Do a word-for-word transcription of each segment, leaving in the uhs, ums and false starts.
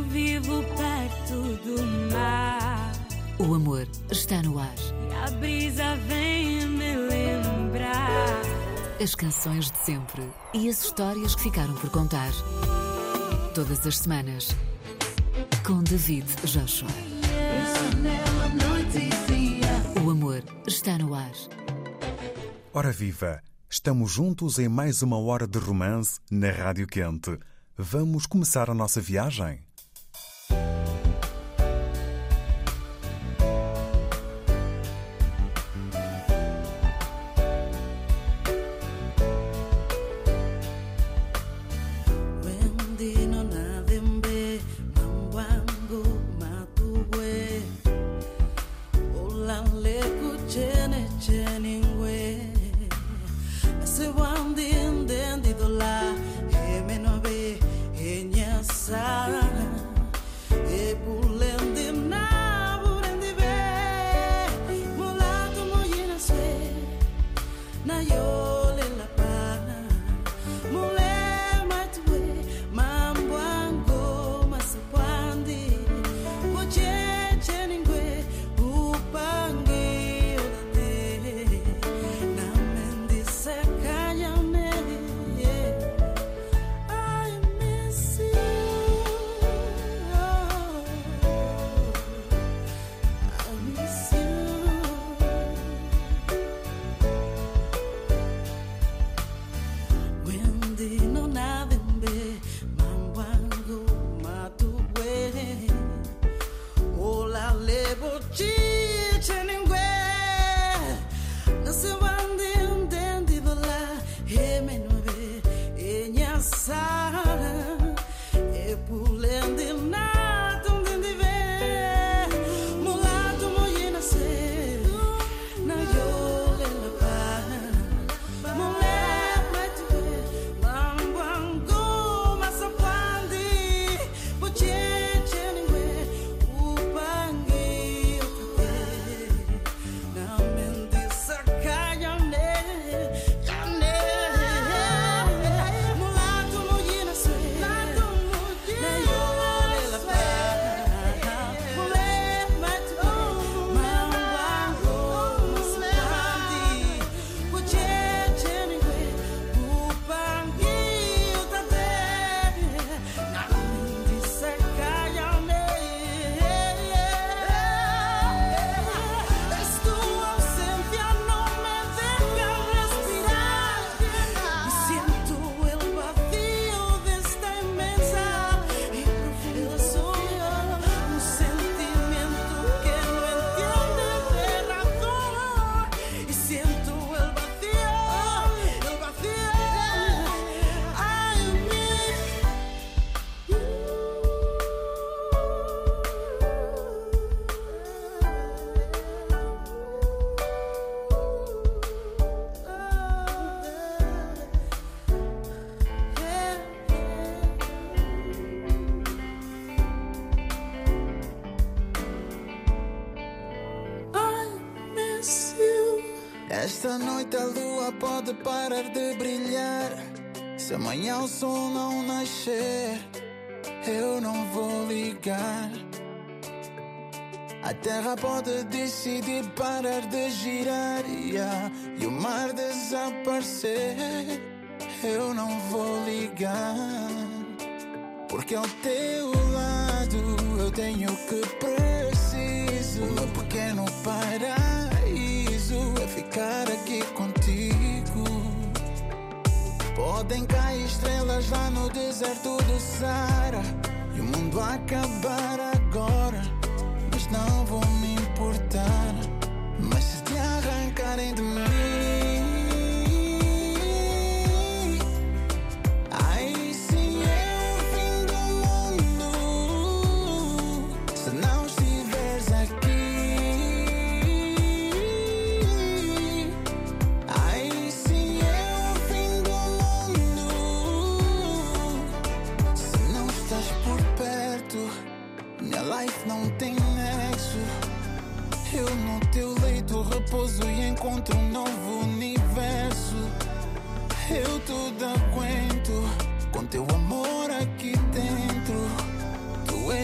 Eu vivo perto do mar. O amor está no ar. E a brisa vem me lembrar As canções de sempre e as histórias que ficaram por contar. Todas as semanas, com David Joshua. O amor está no ar. Ora viva! Estamos juntos em mais uma hora de romance na Rádio Quente. Vamos começar a nossa viagem? Esta noite a lua pode parar de brilhar. Se amanhã o sol não nascer, eu não vou ligar. A terra pode decidir parar de girar, yeah, e o mar desaparecer, eu não vou ligar. Porque ao teu lado eu tenho o que preciso. O meu pequeno paraíso é ficar aqui contigo. Podem cair estrelas lá no deserto do Saara e o mundo acabar agora, mas não vou me importar. Mas se te arrancarem de mim, aí sim é o fim do mundo. Se não estiveres aqui, aí sim é o fim do mundo. Se não estás por perto, minha life não tem nexo. Eu no teu leito repouso e encontro um novo universo. Eu tudo aguento com teu amor aqui dentro. Tu és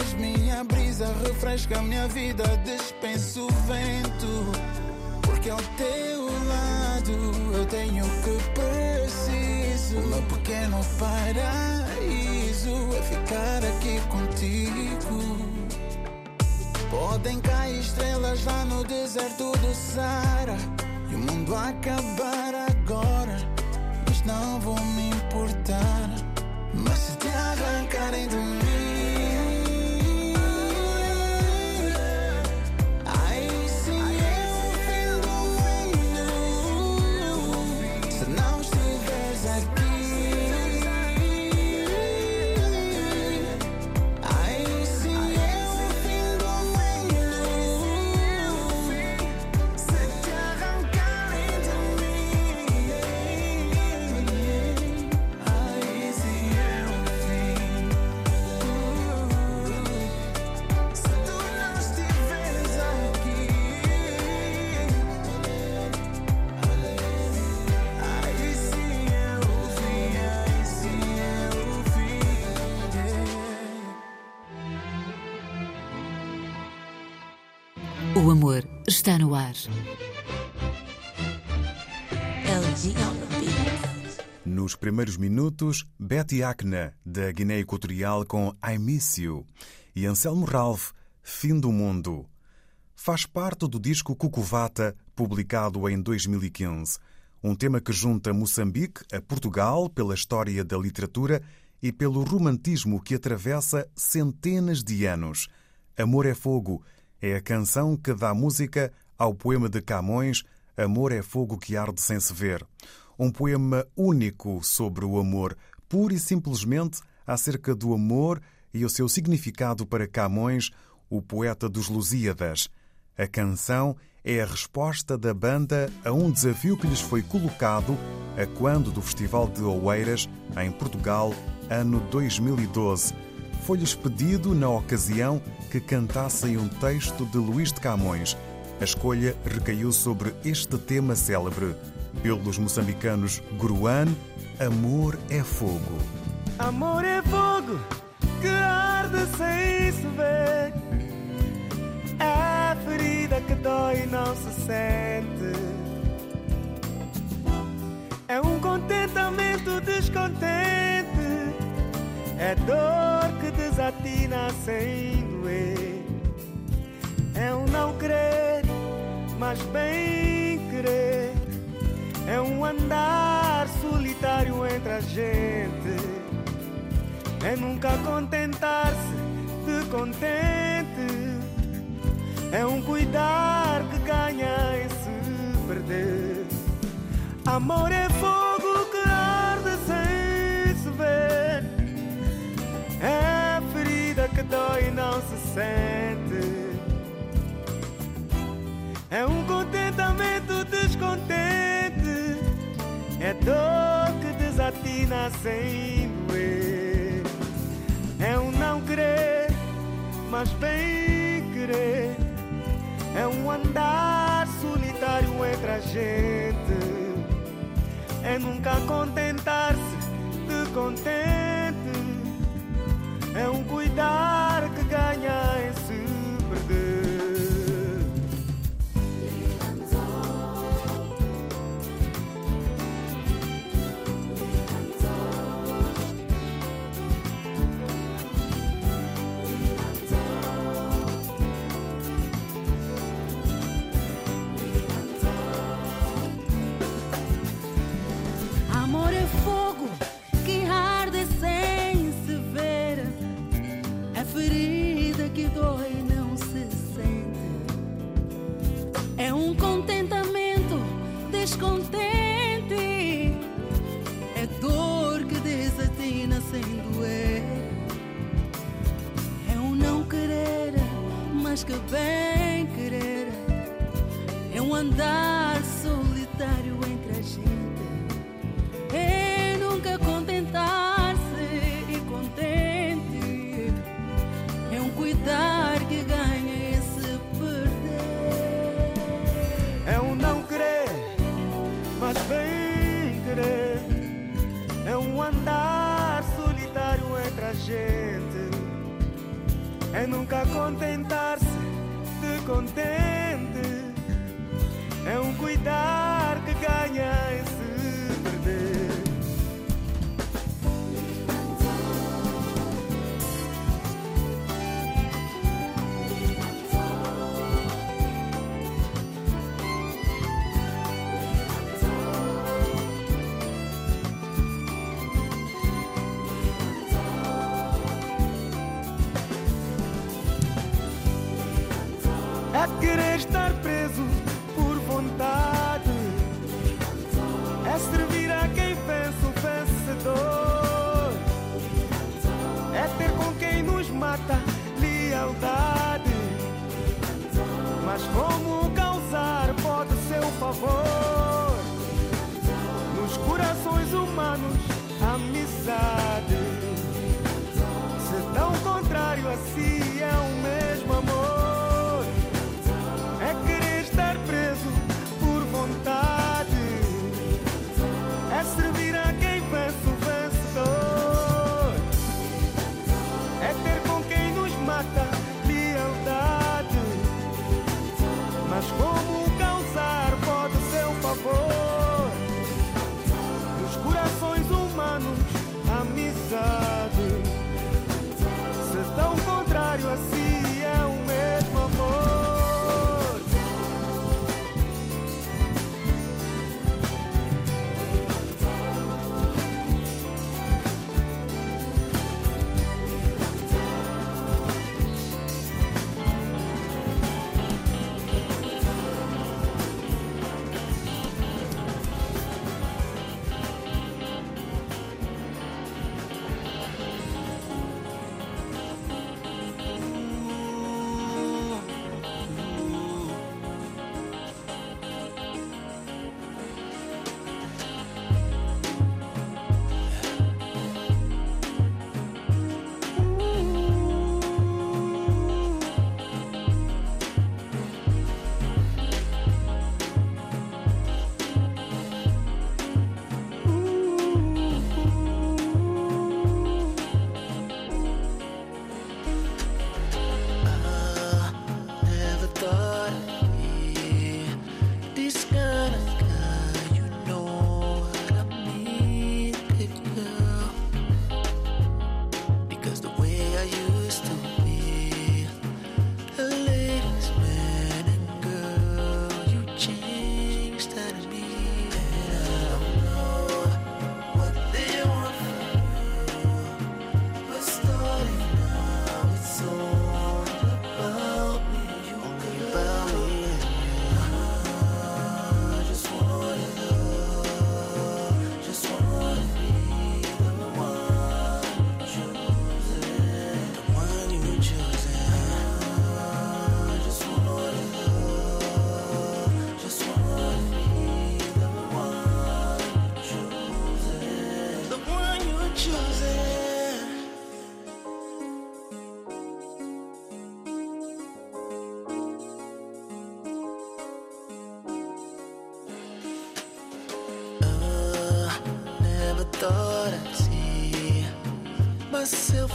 minha brisa refresca minha vida, dispenso o vento. Porque ao teu lado eu tenho o que preciso. O meu pequeno paraíso é ficar aqui contigo. Podem cair estrelas lá no deserto do Saara e o mundo acabar agora, mas não vou me importar. Mas se te arrancarem de mim, aí sim é o fim do mundo. Se não estiveres aqui, aí sim é o fim do mundo. Se te arrancarem de mim, aí sim é o fim. Se tu não estiveres aqui, aí sim é o fim, aí sim é o fim. O amor está no ar. Nos primeiros minutos, Betty Acna, da Guiné Equatorial, com I Miss You, e Anselmo Ralph, Fim do Mundo. Faz parte do disco Cucuvata, publicado em dois mil e quinze. Um tema que junta Moçambique a Portugal pela história da literatura e pelo romantismo que atravessa centenas de anos. Amor é Fogo é a canção que dá música ao poema de Camões, Amor é Fogo que arde sem se ver. Um poema único sobre o amor, pura e simplesmente acerca do amor e o seu significado para Camões, o poeta dos Lusíadas. A canção é a resposta da banda a um desafio que lhes foi colocado a quando do Festival de Oeiras, em Portugal, ano dois mil e doze. Foi-lhes pedido, na ocasião, que cantassem um texto de Luís de Camões. A escolha recaiu sobre este tema célebre, pelos moçambicanos Gruan, Amor é Fogo. Amor é fogo que arde sem se ver. É ferida que dói e não se sente. É um contentamento descontente. É dor que desatina sem doer. É um não querer, mas bem querer. É um andar solitário entre a gente. É nunca contentar-se de contente. É um cuidar que ganha em se perder. Amor é fogo que arde sem se ver. É ferida que dói e não se sente. É um contentamento descontente. É dor que desatina sem doer. É um não querer, mas bem querer. É um andar solitário entre a gente. É nunca contentar-se de contente. É um cuidar que ganha em se perder. Amor é fogo que arde sem se ver. É ferida que dói e não se sente. É um contentamento descontente. É dor que desatina sem doer. É um não querer, mas que bem querer. É um andar solitário entre a gente. É nunca contentar-se e contente. É um cuidar que ganha e se perder. É um não querer, mas bem querer. É um andar solitário entre a gente. é nunca contentar-se de contente, é um cuidar que ganha em se perder. É querer estar preso por vontade, é servir a quem vence o vencedor, é ter com quem nos mata lealdade. Mas como causar pode ser um favor? Nos corações humanos, amizade. Se tão contrário a si é o mesmo amor. É servir a quem vence o vencedor, é ter com quem nos mata lealdade. Mas como causar pode ser um favor? Nos corações humanos, amizade. Se tão contrário a si é o mesmo amor. Thought I'd see myself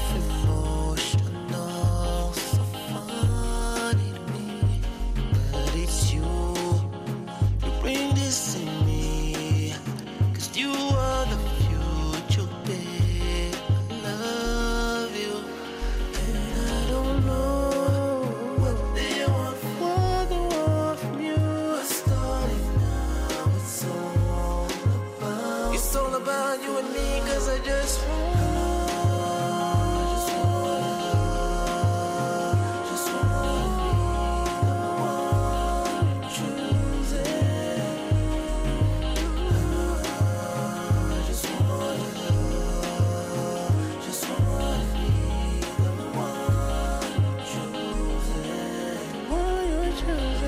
emotional, so funny to me, but it's you, you bring this in me, 'cause you are the future, babe, I love you, and I don't know what they want, what they want from you, I started now, it's all about, it's all about you and me, 'cause I just want, I just want love, just want to be the one you choose. I just want love, just want to be the one you choose, the one you choose.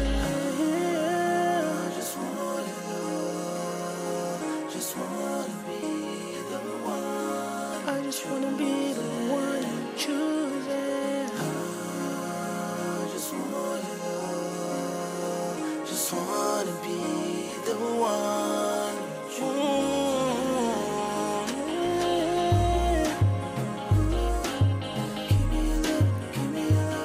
I just want love, just want to be the one. I just wanna be the one you choose. I just wanna love, just wanna be the one you choose. Give me love, give me love.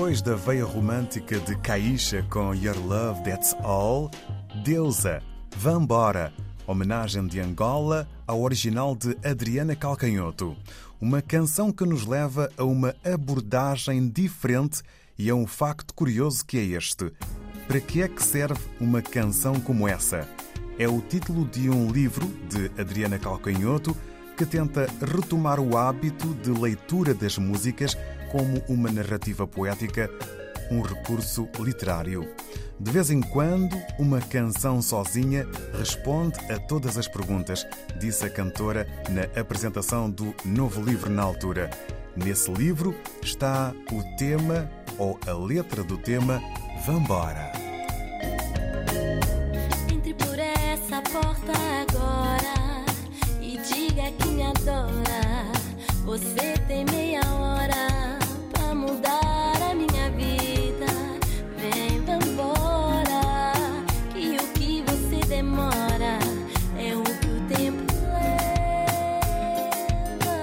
Depois da veia romântica de Caixa com Your Love That's All, Deusa, Vambora, homenagem de Angola ao original de Adriana Calcanhoto. Uma canção que nos leva a uma abordagem diferente e a um facto curioso que é este. Para que é que serve uma canção como essa? É o título de um livro de Adriana Calcanhoto que tenta retomar o hábito de leitura das músicas como uma narrativa poética, um recurso literário. De vez em quando, uma canção sozinha responde a todas as perguntas, disse a cantora na apresentação do novo livro na altura. Nesse livro está o tema, ou a letra do tema, Vambora. Entre por essa porta agora e diga que me adora. Você tem meia hora pra mudar a minha vida. Vem, vambora, que o que você demora é o que o tempo leva.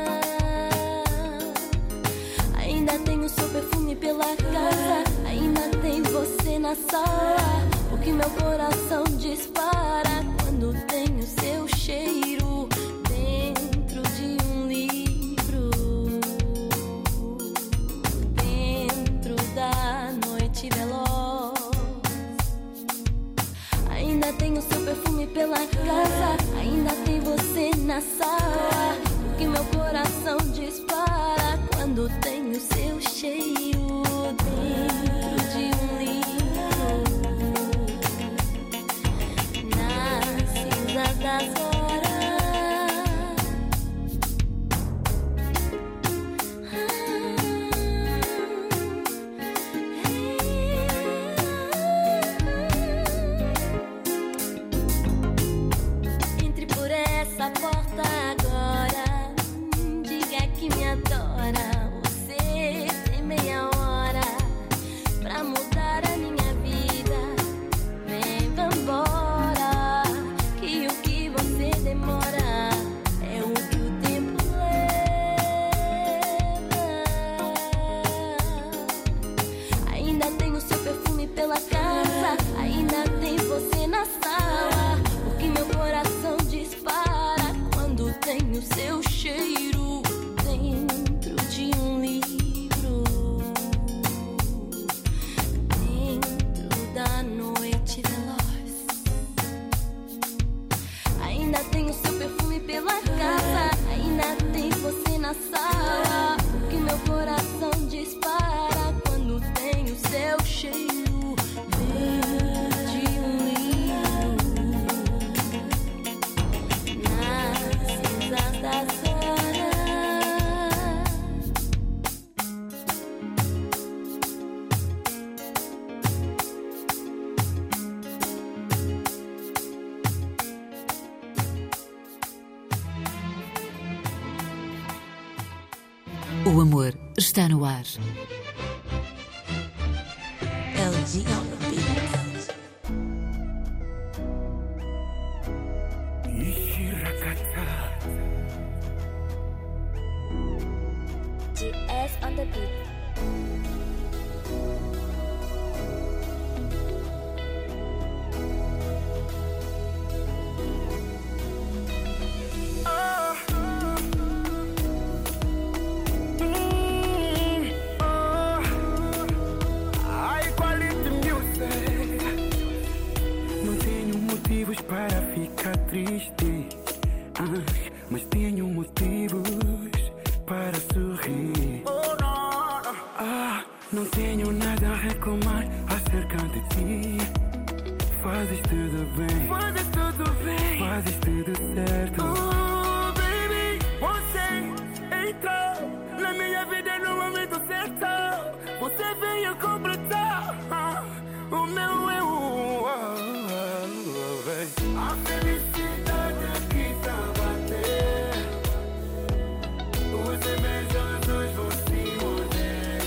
Ainda tem o seu perfume pela casa, ainda tem você na sala. O que meu coração dispara quando tem o seu cheiro dentro de um livro, dentro da noite veloz. Ainda tem o seu perfume pela casa, ainda tem você na sala. O que meu coração dispara quando tem o seu cheiro dentro de um livro, nas cinzas das horas. Entre por essa porta agora, diga que me adora. Você tem meia hora pra mudar a minha vida. Vem, vambora, que o que você demora é o que o tempo leva. Ainda tem o seu perfume pela casa, ainda tem você na sala. O que meu coração dispara quando tem o seu cheiro dentro de um livro, dentro da noite veloz. Ainda tem o seu perfume pela casa, ainda tem você na sala. O que meu coração dispara quando tem o seu cheiro dentro de um livro, nas cinzas das horas. O amor está no ar. L G on the beat. G S on the beat. High quality music. Não tenho motivos para ficar triste, ah, mas tenho motivos para sorrir. Ah, não tenho nada a reclamar acerca de ti. Fazes tudo bem, fazes tudo bem, fazes tudo certo. Oh, baby, você entrou na minha vida no momento certo. Você veio completar ah, o meu eu. Oh, oh, oh, a felicidade que está a bater. Os invejosos vão se morder.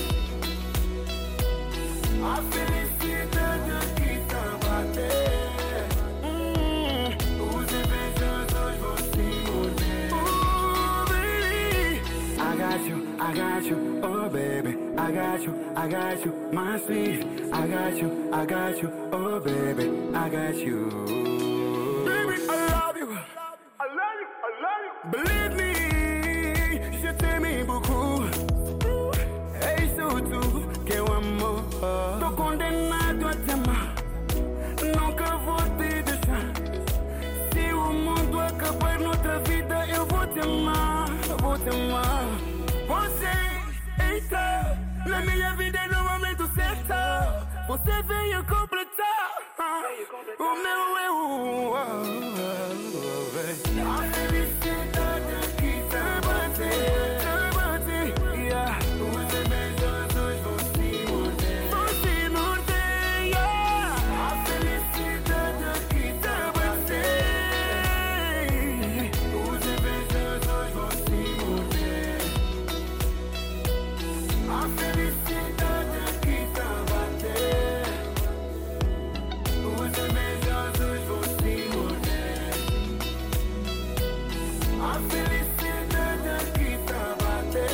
A felicidade que está a bater. Hum, os invejosos vão se morder. Oh, baby, I got you, I got you, oh baby, I I got you, I got you, my sweet. I got you, I got you, oh baby, I got you. Baby, I love you, I love you, I love you. Believe me, je t'aime beaucoup. Ei, sou tu que eu amo. Tô condenado a te amar, nunca vou te deixar. Se o mundo acabar noutra vida, eu vou te amar, eu vou te amar. Você entra na minha vida no momento certo. Você veio completar o meu eu. A felicidade que te bate, te bate, yeah. Os invejosos vão se morder, vão se morder, yeah. A felicidade que te bate, os invejosos vão se morder. A felicidade que te bate, os invejosos vão se morder. A felicidade que te bate,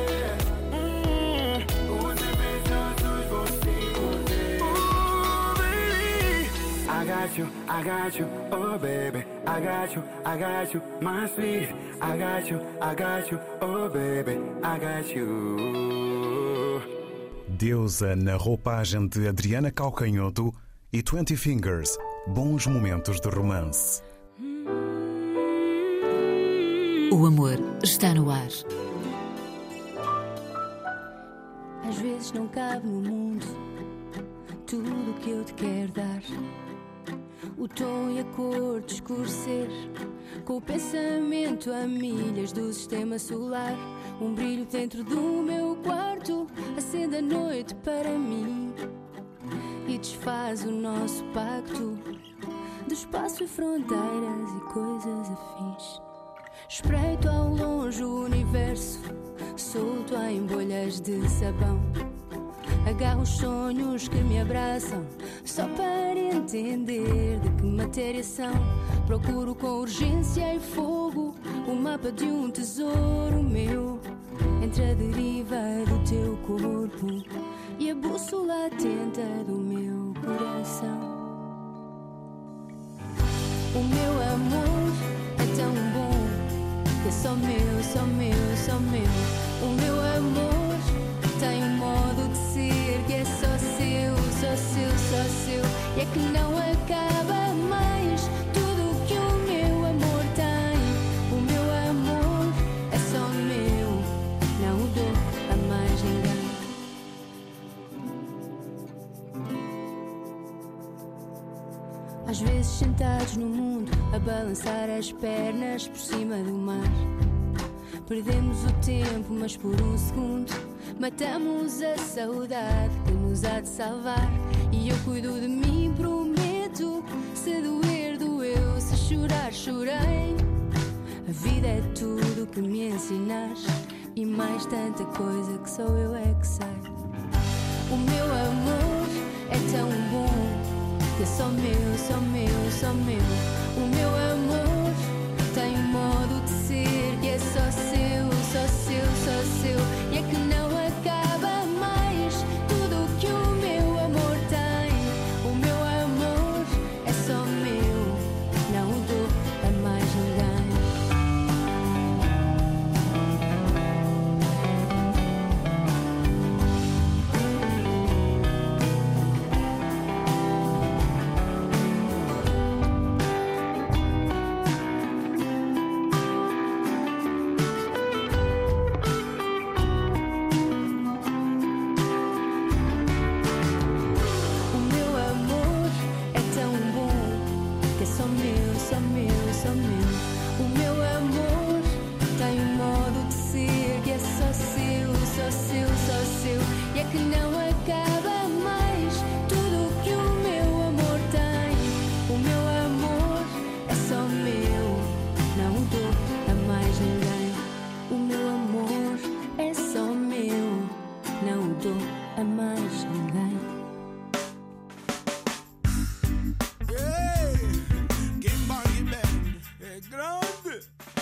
hum, os invejosos vão se morder. Oh, baby, I got you, I got you, oh baby, I got you, I got you, my sweet. I got you, I got you, oh baby, I got you. Deusa na roupagem de Adriana Calcanhoto e Twenty Fingers. Bons momentos de romance. O amor está no ar. Às vezes não cabe no mundo tudo o que eu te quero dar. O tom e a cor de escurecer, com o pensamento a milhas do sistema solar. Um brilho dentro do meu quarto acende a noite para mim e desfaz o nosso pacto de espaço e fronteiras e coisas afins. Espreito ao longe o universo, solto em bolhas de sabão. Agarro os sonhos que me abraçam, só para entender de que matéria são. Procuro com urgência e fogo o mapa de um tesouro meu, entre a deriva do teu corpo e a bússola atenta do meu coração. O meu amor é tão bom que é só meu, só meu, só meu. O meu amor tem um modo de ser que é só seu, só seu, só seu. E é que não acaba mais tudo o que o meu amor tem. O meu amor é só meu, não o dou a mais ninguém. Às vezes sentados no mundo, a balançar as pernas por cima do mar, perdemos o tempo, mas por um segundo matamos a saudade que nos há de salvar. E eu cuido de mim, prometo. Se doer, doeu. Se chorar, chorei. A vida é tudo que me ensinas e mais tanta coisa que só eu é que sei. O meu amor é tão bom que é só meu, só meu, só meu. O meu amor tem um modo de ser que é só seu, só seu, só seu. E é que não acaba mais tudo o que o meu amor tem. O meu amor é só meu, não o dou a mais ninguém.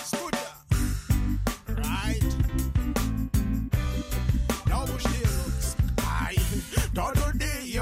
Now we still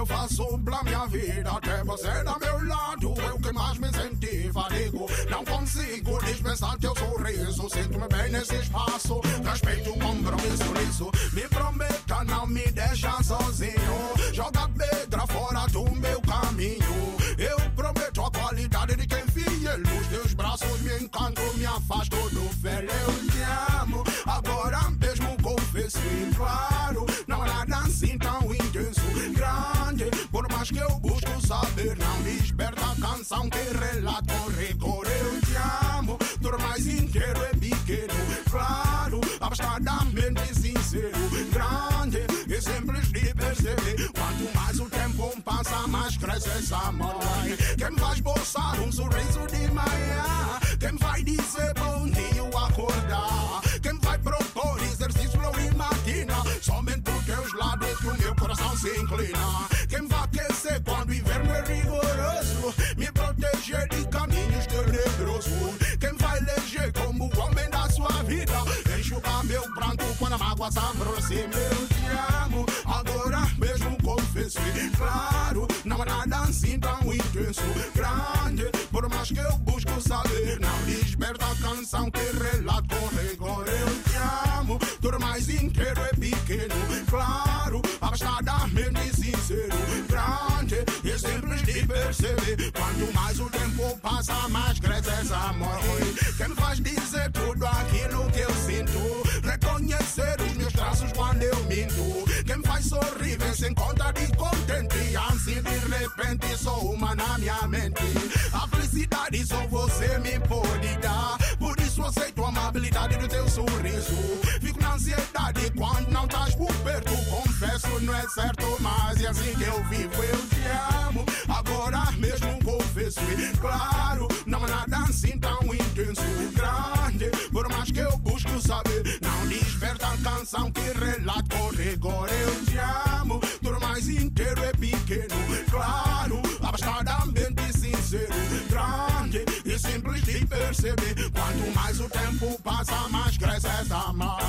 faço pela minha vida. Até você do meu lado, eu que mais me senti fadigo. Não consigo dispensar teu sorriso. Sinto-me bem nesse espaço, respeito o compromisso nisso. Me prometa, não me deixa sozinho. Joga pedra fora do meu caminho. Eu prometo a qualidade de quem fiel. Nos teus braços me encanto, me afasto do fel. Eu te amo, agora mesmo confesso. E claro, não há nada assim tão intenso, grande. Por mais que eu busco saber, não desperta a canção que relata com rigor. Eu te amo, por mais inteiro é pequeno, claro, abastadamente sincero, grande e simples de perceber. Quanto mais o tempo passa, mais cresce esse amor. Quem vai esboçar um sorriso de manhã? Quem vai dizer bom dia ao acordar? Quem vai propor exercício e matina? Somente por teus lados que o meu coração se inclina. Quem vai aquecer quando o inverno é rigoroso? Me proteger de caminhos tenebrosos. Quem vai eleger como o homem da sua vida? Enxugar meu pranto quando a mágoa se aproxima. Eu te amo, agora mesmo confesso. E claro, não há nada assim tão intenso, grande. Por mais que eu busco saber, não desperta a canção que relata com rigor. Eu te amo, por mais inteiro é pequeno, claro, abastadamente sincero, grande e simples de perceber. Quanto mais o tempo passa, mais cresce esse amor. Quem me faz dizer tudo aquilo que eu sinto, reconhecer os meus traços quando eu minto. Quem me faz sorrir, vem sem conta de contente. Assim de repente sou uma na minha mente. A felicidade só você me pode dar, por isso aceito a amabilidade do teu sorriso. Fico na ansiedade quando não estás por perto. Confesso, não é certo, mas é assim que eu vivo. Eu te amo, agora mesmo confesso. E claro, não há nada assim tão intenso, grande. Por mais que eu busco saber, não desperta a canção que relata com rigor. Eu te amo, por mais inteiro é pequeno, claro, abastadamente sincero, grande e simples de perceber. Quanto mais o tempo passa, mais cresce essa amor.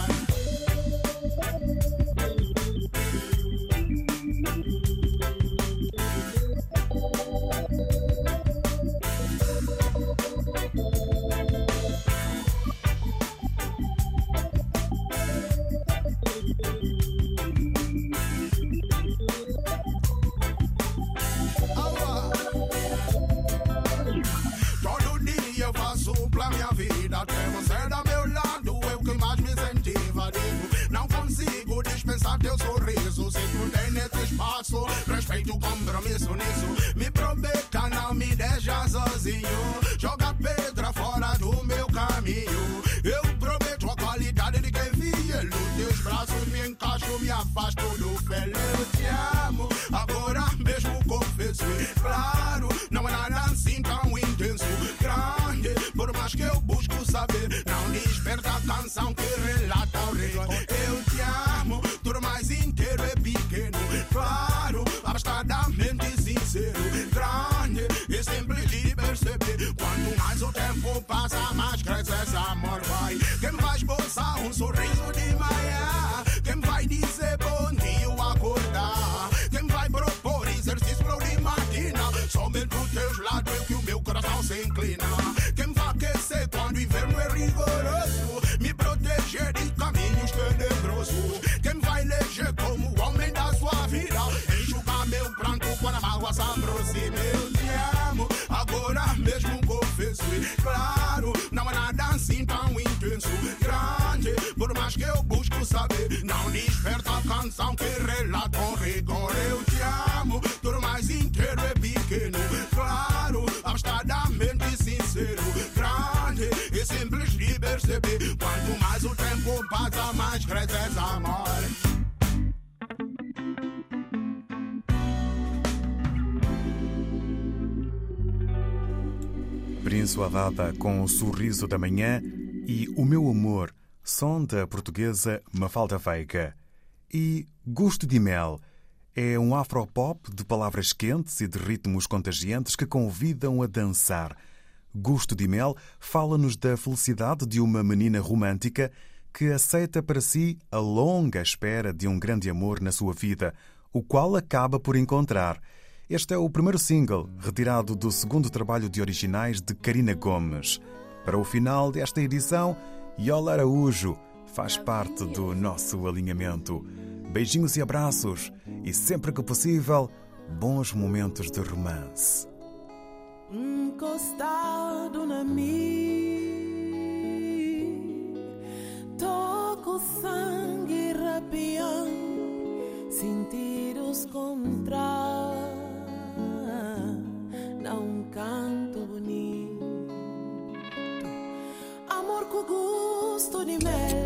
Até você do meu lado, eu que mais me senti invadido. Não consigo dispensar teu sorriso. Sinto bem nesse espaço, respeito o compromisso nisso. Me prometa, não me deixa sozinho. Joga pedra fora do meu caminho. Eu prometo a qualidade de quem fiel. Nos teus braços me encaixo, me afasto do fel. Eu te amo, agora mesmo confesso. E claro, não é nada assim tão intenso, grande. Por mais que eu busco saber, não desperta a canção que relata o rigor. Eu te amo, por mais inteiro é pequeno, claro, abastadamente sincero, grande e simples de perceber. Quanto mais o tempo passa, mais cresce esse amor. Vai, quem vai esboçar um sorriso de manhã? Quem vai dizer bom dia ao acordar? Quem vai propor exercício de matina? Somente por teus lados é que o meu coração se inclina. Quem vai aquecer quando o inverno é rigoroso? Me proteger de caminhos tenebrosos. Quem vai eleger como o homem da sua vida? Enxugar meu pranto quando a mágoa se aproxima. Eu te amo, agora mesmo confesso. E claro, não há nada assim tão intenso, grande. Por mais que eu busco saber, não desperta a canção que relata com rigor. Eu te amo, por mais inteiro é pequeno, claro, abastadamente sincero, grande e simples de perceber. Quanto mais o tempo passa, mais cresce esse amor. Prince Avada com o Sorriso da Manhã e O Meu Amor, som da portuguesa Mafalda Veiga. E Gosto de Mel é um afropop de palavras quentes e de ritmos contagiantes que convidam a dançar. Gosto de Mel fala-nos da felicidade de uma menina romântica que aceita para si a longa espera de um grande amor na sua vida, o qual acaba por encontrar. Este é o primeiro single retirado do segundo trabalho de originais de Karina Gomes. Para o final desta edição, Yola Araújo faz parte do nosso alinhamento. Beijinhos e abraços e, sempre que possível, bons momentos de romance. Encostado na mim, toco sangue rapiando, sentidos contra, dá um canto bonito, amor com gosto de mel.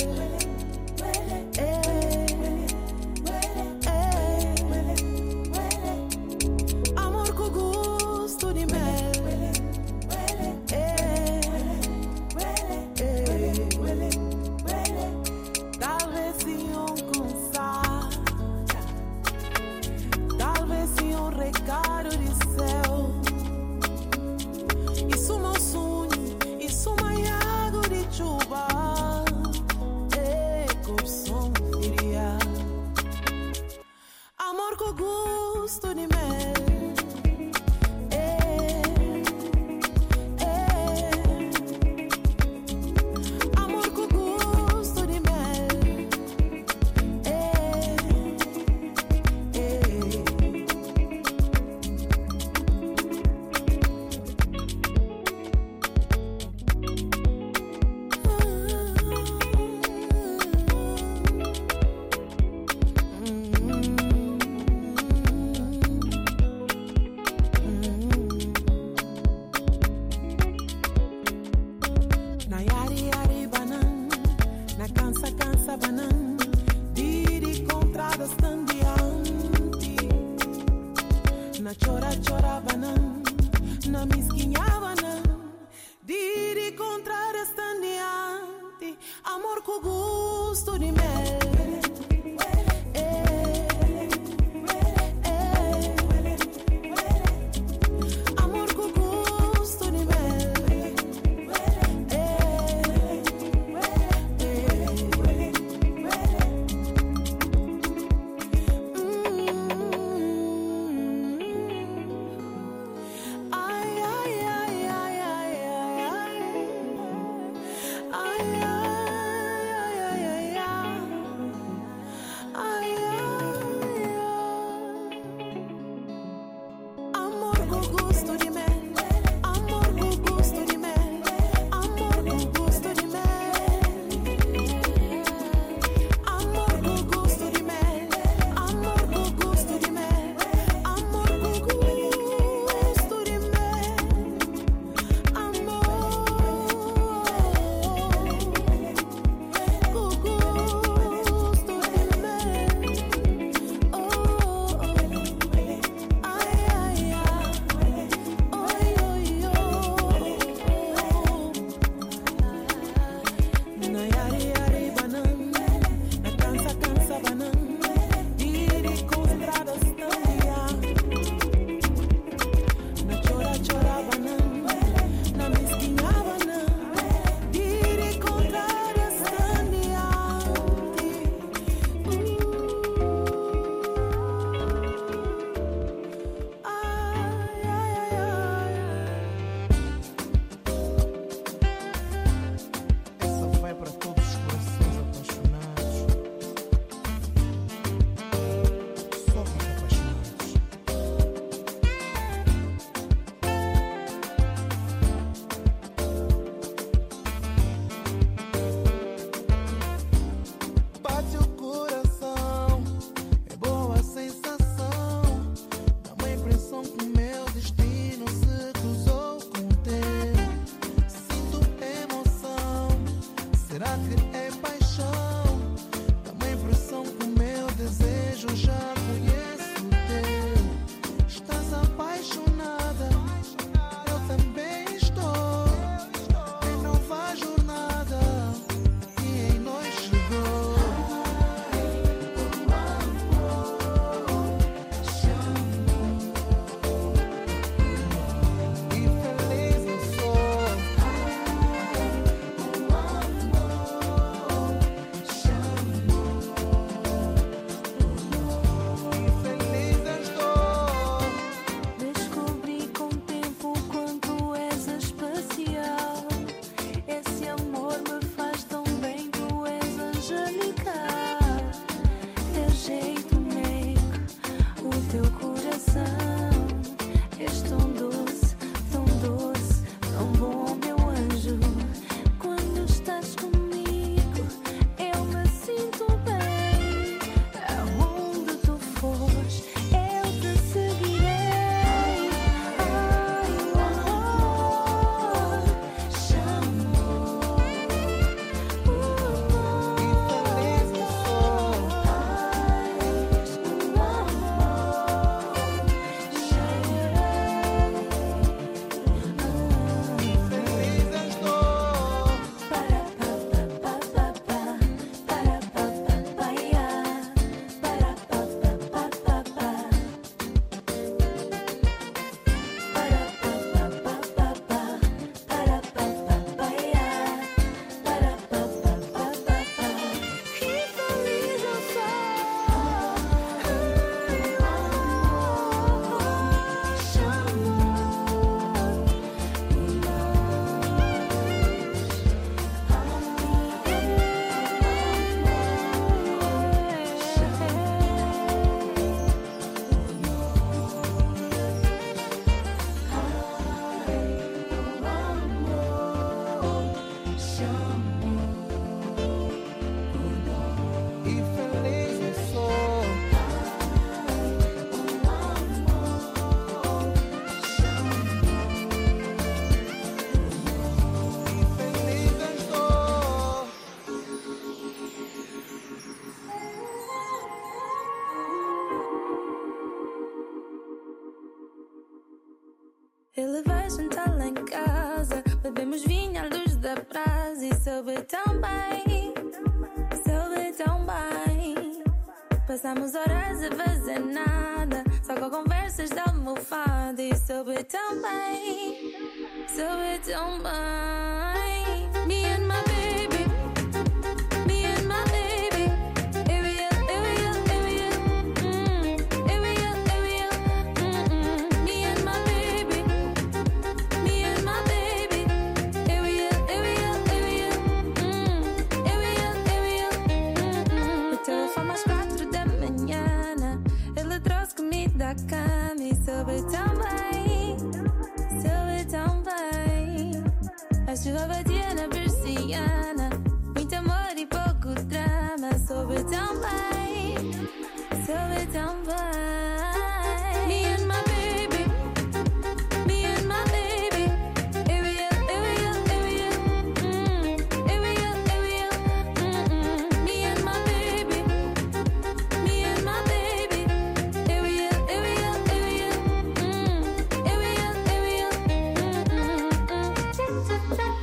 Ele vai jantar lá em casa, bebemos vinho à luz da brasa e soube tão bem, soube tão bem. Passamos horas a fazer nada, só com conversas da almofada e soube tão bem, soube tão bem. Me and my baby, me and my baby, eu e eu, eu e eu, eu e eu, mm, eu e eu, eu e eu, mm, mm. Me and my baby, me and my baby, eu e eu, eu e eu, eu e eu, mm, eu e eu, eu e eu, mm, mm. O telefone às quatro da manhã, ele trouxe comida à cama e soube tão bem, soube tão bem. A chuva batia na persiana, muito amor e pouco drama. Soube tão bem, soube tão bem. Me and my baby, me and my baby, eu e eu, eu e eu, eu e eu, mm, eu e eu, eu e eu, mm, mm. Me and my baby, me and my baby, eu e eu, eu e eu, eu e eu, mm, eu e eu, eu e eu, mm, mm, mm.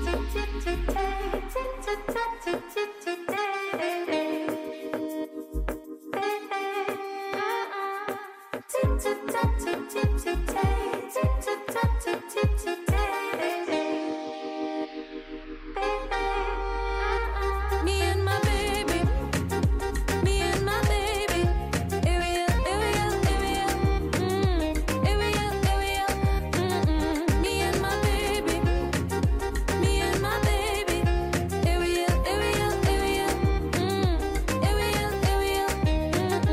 Me and my baby, me and my baby, eu e eu, eu e eu, eu e eu, mm, eu e eu, eu e eu, mm, mm. Me and my baby, me and my baby, eu e eu, eu e eu, eu e eu, mm, eu e eu, eu e eu, mm,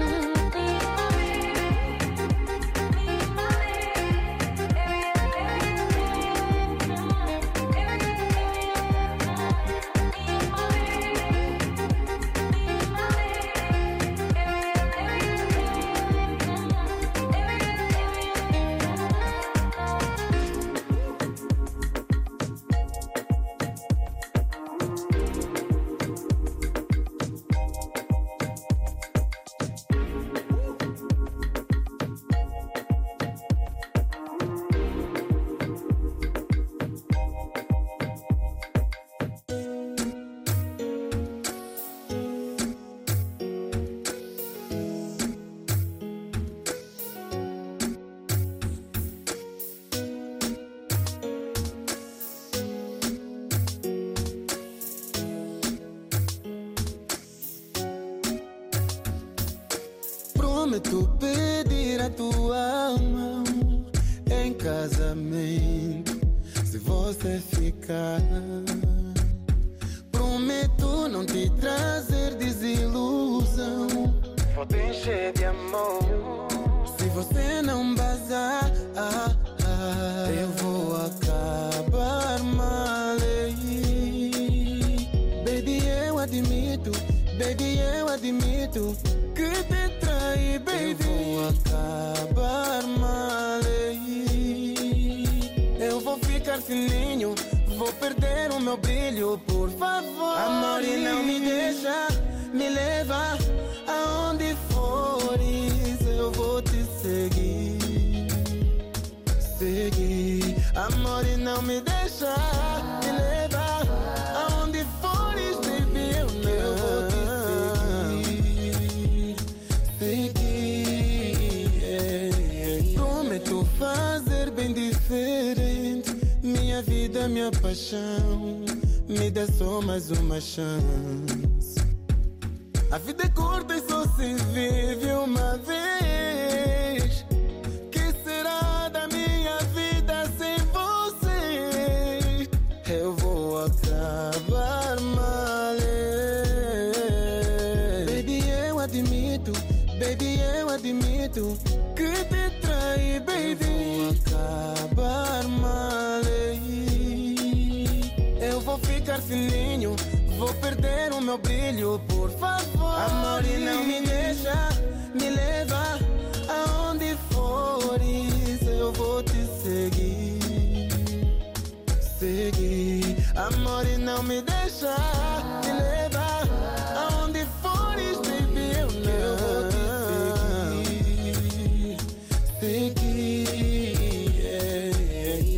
Prometo pedir a tua mão em casamento, se você ficar. Prometo não te trazer desilusão, vou te encher de amor. Se você não bazar, ah, ah, eu vou acabar mal aí. Baby, eu admito, baby, eu admito que te traí, baby. Eu vou acabar mal aí. Eu vou ficar fininho, vou perder o meu brilho, por favor. Amor, e não me deixa, me leva aonde fores. Eu vou te seguir, seguir. Amor, e não me deixa, me leva aonde fores, baby. Eu não, eu vou te fazer bem diferente. Minha vida, minha paixão, me dá só mais uma chance. A vida é curta e só se vive uma vez. Que será da minha vida sem você? Eu vou acabar mal. Baby, eu admito, baby, eu admito que te traí, baby. Eu vou acabar mal aí. Eu vou ficar fininho, vou perder o meu brilho, por favor. Amor, e não me deixa, me leva aonde fores. Eu vou te seguir, seguir. Amor, e não me deixa, me leva aonde fores, baby. Eu não, eu vou te seguir, seguir, yeah, yeah.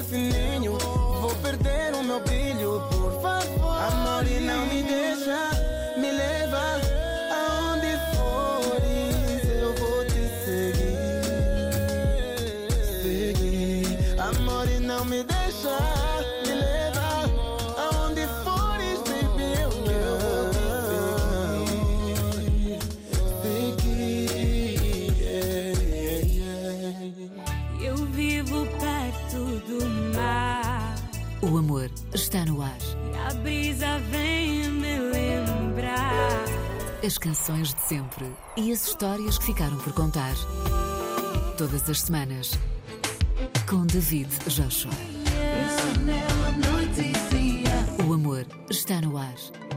fininho, vou perder o meu brilho. Por favor, amor, e não me deixa, me leva aonde fores, eu vou te seguir, seguir. Amor, e não me deixa, me leva aonde fores, baby, eu vou te seguir, seguir. Eu vivo perto do mar. O amor está no ar. E a brisa vem me lembrar. As canções de sempre e as histórias que ficaram por contar. Todas as semanas, com David Joshua. O amor está no ar.